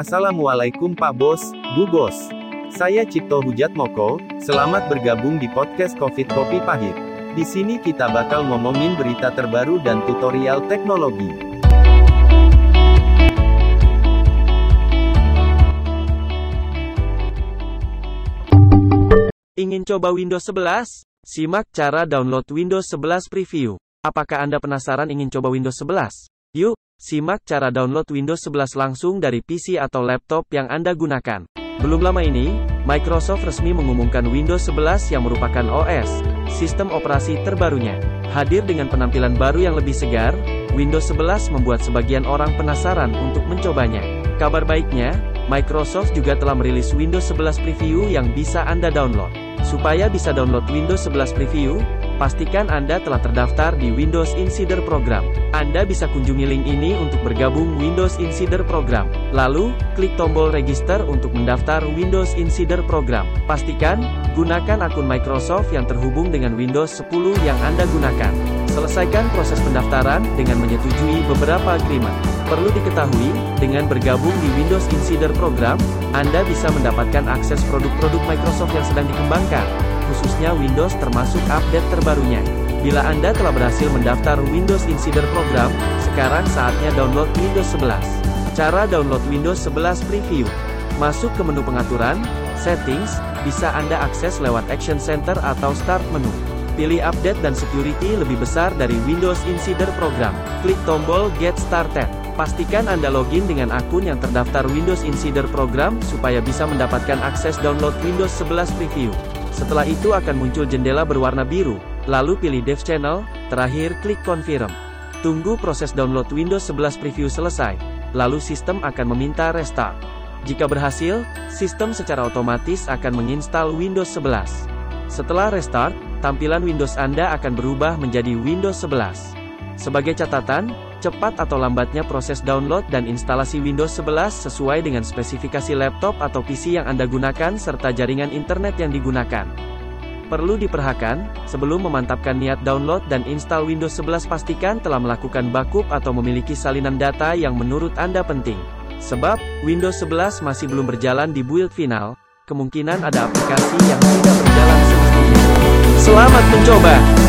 Assalamualaikum Pak Bos, Bu Bos. Saya Cipto Hujatmoko, selamat bergabung di podcast Covid Kopi Pahit. Di sini kita bakal ngomongin berita terbaru dan tutorial teknologi. Ingin coba Windows 11? Simak cara download Windows 11 Preview. Apakah Anda penasaran ingin coba Windows 11? Yuk, simak cara download Windows 11 langsung dari PC atau laptop yang Anda gunakan. Belum lama ini, Microsoft resmi mengumumkan Windows 11 yang merupakan OS, sistem operasi terbarunya. Hadir dengan penampilan baru yang lebih segar, Windows 11 membuat sebagian orang penasaran untuk mencobanya. Kabar baiknya, Microsoft juga telah merilis Windows 11 Preview yang bisa Anda download. Supaya bisa download Windows 11 Preview, pastikan Anda telah terdaftar di Windows Insider Program. Anda bisa kunjungi link ini untuk bergabung Windows Insider Program. Lalu, klik tombol Register untuk mendaftar Windows Insider Program. Pastikan, gunakan akun Microsoft yang terhubung dengan Windows 10 yang Anda gunakan. Selesaikan proses pendaftaran dengan menyetujui beberapa agreement. Perlu diketahui, dengan bergabung di Windows Insider Program, Anda bisa mendapatkan akses produk-produk Microsoft yang sedang dikembangkan, khususnya Windows termasuk update terbarunya. Bila Anda telah berhasil mendaftar Windows Insider Program, sekarang saatnya download Windows 11. Cara download Windows 11 Preview. Masuk ke menu pengaturan, Settings, bisa Anda akses lewat Action Center atau Start menu. Pilih Update dan Security lebih besar dari Windows Insider Program. Klik tombol Get Started. Pastikan Anda login dengan akun yang terdaftar Windows Insider Program supaya bisa mendapatkan akses download Windows 11 Preview. Setelah itu akan muncul jendela berwarna biru, lalu pilih Dev Channel, terakhir klik Confirm. Tunggu proses download Windows 11 Preview selesai, lalu sistem akan meminta restart. Jika berhasil, sistem secara otomatis akan menginstal Windows 11. Setelah restart, tampilan Windows Anda akan berubah menjadi Windows 11. Sebagai catatan, cepat atau lambatnya proses download dan instalasi Windows 11 sesuai dengan spesifikasi laptop atau PC yang Anda gunakan serta jaringan internet yang digunakan. Perlu diperhatikan, sebelum memantapkan niat download dan install Windows 11 pastikan telah melakukan backup atau memiliki salinan data yang menurut Anda penting. Sebab, Windows 11 masih belum berjalan di build final, kemungkinan ada aplikasi yang tidak berjalan semestinya. Selamat mencoba!